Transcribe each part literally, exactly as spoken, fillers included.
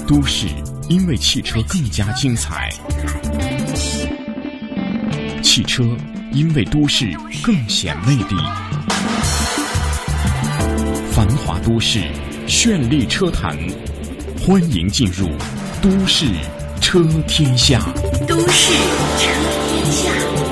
都市因为汽车更加精彩，汽车因为都市更显魅力。繁华都市，绚丽车坛，欢迎进入都市车天下。 都市车天下。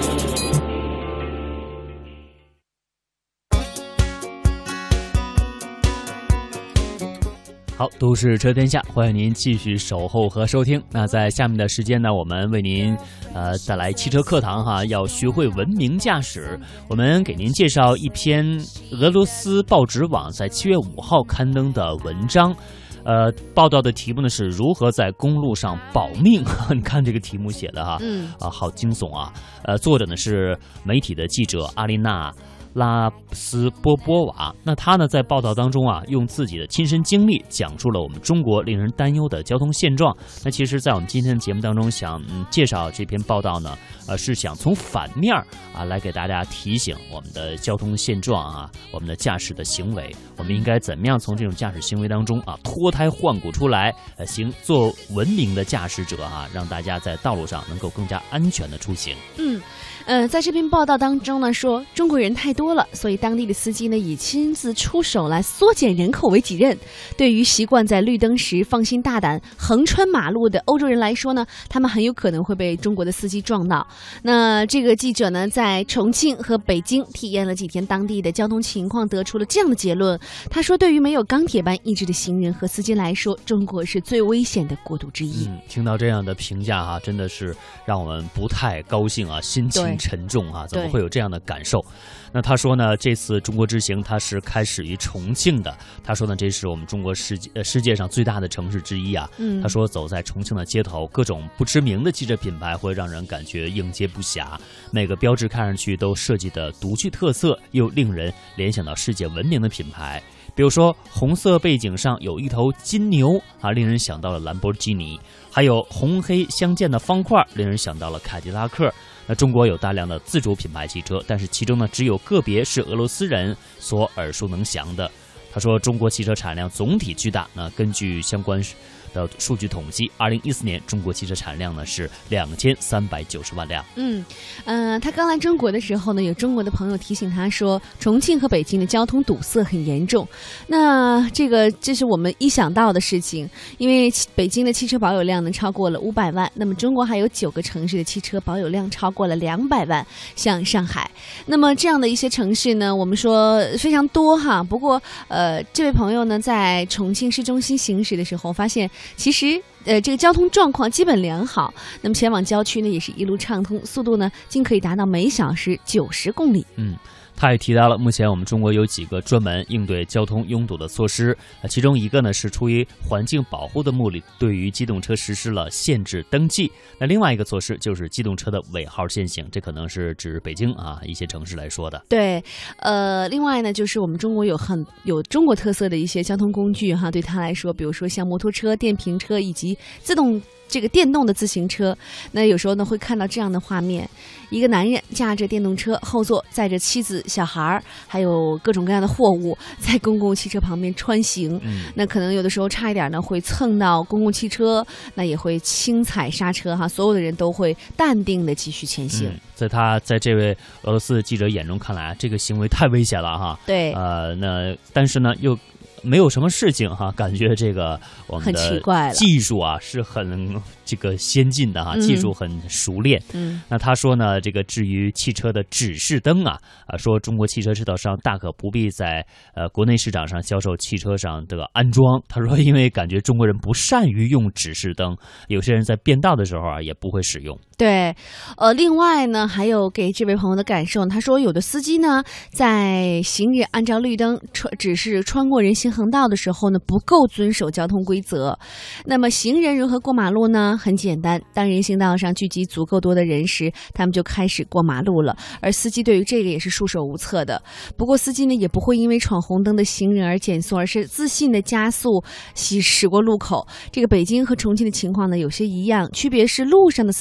好，都市车天下，欢迎您继续守候和收听。那在下面的时间呢，我们为您呃带来汽车课堂哈，要学会文明驾驶。我们给您介绍一篇俄罗斯报纸网在七月五号刊登的文章。呃，报道的题目呢是如何在公路上保命。你看这个题目写的哈，嗯啊，好惊悚啊。呃，作者呢是媒体的记者阿丽娜拉斯波波瓦。那他呢在报道当中啊，用自己的亲身经历讲述了我们中国令人担忧的交通现状。那其实在我们今天的节目当中想、嗯、介绍这篇报道呢，呃是想从反面啊来给大家提醒我们的交通现状啊，我们的驾驶的行为，我们应该怎么样从这种驾驶行为当中啊脱胎换骨出来，呃行做文明的驾驶者啊，让大家在道路上能够更加安全的出行。 嗯呃，在这篇报道当中呢，说中国人太多了，所以当地的司机呢以亲自出手来缩减人口为己任。对于习惯在绿灯时放心大胆横穿马路的欧洲人来说呢，他们很有可能会被中国的司机撞到。那这个记者呢，在重庆和北京体验了几天当地的交通情况，得出了这样的结论。他说，对于没有钢铁般意志的行人和司机来说，中国是最危险的国度之一。 嗯，听到这样的评价哈，真的是让我们不太高兴啊，心情沉重啊，怎么会有这样的感受？那他说呢，这次中国之行他是开始于重庆的。他说呢，这是我们中国世界呃世界上最大的城市之一啊。嗯，他说走在重庆的街头，各种不知名的汽车品牌会让人感觉应接不暇，每个标志看上去都设计的独具特色，又令人联想到世界闻名的品牌。比如说红色背景上有一头金牛啊，令人想到了兰博基尼；还有红黑相间的方块，令人想到了凯迪拉克。那中国有大量的自主品牌汽车，但是其中呢，只有个别是俄罗斯人所耳熟能详的。他说，中国汽车产量总体巨大。那根据相关的数据统计，二零一四年中国汽车产量呢是两千三百九十万辆。 嗯，呃，他刚来中国的时候呢，有中国的朋友提醒他说，重庆和北京的交通堵塞很严重。那这个这是我们一想到的事情，因为北京的汽车保有量呢超过了五百万，那么中国还有九个城市的汽车保有量超过了两百万，像上海。那么这样的一些城市呢，我们说非常多哈。不过，呃，这位朋友呢，在重庆市中心行驶的时候，发现其实呃这个交通状况基本良好，那么前往郊区呢也是一路畅通，速度呢竟可以达到每小时九十公里。 嗯。他也提到了，目前我们中国有几个专门应对交通拥堵的措施，其中一个呢是出于环境保护的目的，对于机动车实施了限制登记。那另外一个措施就是机动车的尾号限行，这可能是指北京啊一些城市来说的。 对，呃，另外呢就是我们中国有很有中国特色的一些交通工具哈，对他来说，比如说像摩托车、电瓶车以及自动这个电动的自行车。那有时候呢会看到这样的画面，一个男人驾着电动车，后座载着妻子、小孩，还有各种各样的货物在公共汽车旁边穿行、嗯、那可能有的时候差一点呢会蹭到公共汽车，那也会轻踩刹车哈，所有的人都会淡定的继续前行、嗯、 在他在这位俄罗斯记者眼中看来，这个行为太危险了哈。 对， 呃，那但是呢又没有什么事情哈，感觉这个我们的技术啊是很这个先进的哈，技术很熟练。嗯，那他说呢，这个至于汽车的指示灯啊，啊说中国汽车制造商大可不必在呃国内市场上销售汽车上的安装。他说，因为感觉中国人不善于用指示灯，有些人在变道的时候啊也不会使用。 对，呃，另外呢，还有给这位朋友的感受，他说有的司机呢，在行人按照绿灯穿只是穿过人行横道的时候呢，不够遵守交通规则。那么行人如何过马路呢？很简单，当人行道上聚集足够多的人时，他们就开始过马路了，而司机对于这个也是束手无策的。不过司机呢，也不会因为闯红灯的行人而减速，而是自信的加速驶驶过路口。这个北京和重庆的情况呢有些一样，区别是路上的司机更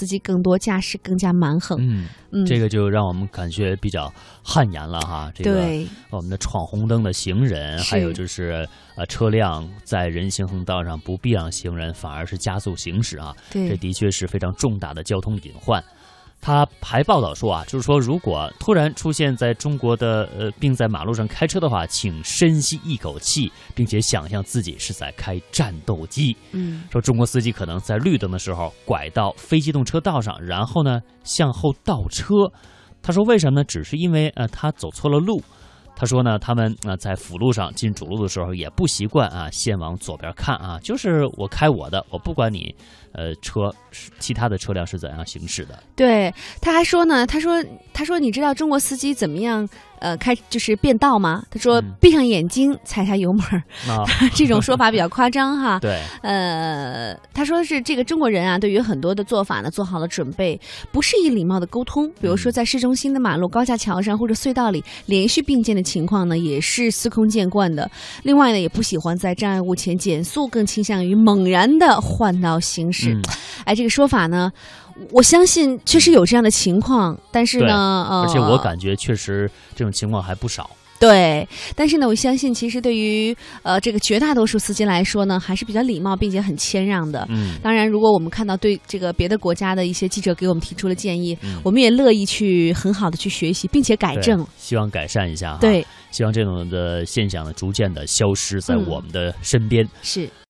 多，驾驶更加蛮横。 嗯嗯，这个就让我们感觉比较汗颜了哈。这个我们的闯红灯的行人，还有就是呃车辆在人行横道上不避让行人，反而是加速行驶啊。这的确是非常重大的交通隐患。他还报道说啊，就是说，如果突然出现在中国的呃，并在马路上开车的话，请深吸一口气，并且想象自己是在开战斗机。嗯，说中国司机可能在绿灯的时候拐到非机动车道上，然后呢向后倒车。他说为什么呢？只是因为呃他走错了路。他说呢，他们啊、呃、在辅路上进主路的时候也不习惯啊，先往左边看啊，就是我开我的，我不管你呃车其他的车辆是怎样行驶的。 对，他还说呢，他说他说你知道中国司机怎么样呃开就是变道吗？他说、嗯、闭上眼睛踩下油门、哦、这种说法比较夸张哈。 对， 呃，他说是这个中国人啊，对于很多的做法呢做好了准备，不适宜礼貌的沟通，比如说在市中心的马路、高架桥上或者隧道里连续并肩的情况呢，也是司空见惯的。另外呢，也不喜欢在障碍物前减速，更倾向于猛然的换道行驶。嗯、哎，这个说法呢，我相信确实有这样的情况，但是呢， 呃，而且我感觉确实这种情况还不少。 对，但是呢，我相信其实对于呃这个绝大多数司机来说呢，还是比较礼貌并且很谦让的。嗯，当然，如果我们看到对这个别的国家的一些记者给我们提出了建议，嗯、我们也乐意去很好的去学习，并且改正， 希望改善一下哈。 对， 希望这种的现象呢，逐渐的消失在我们的身边。 嗯、是。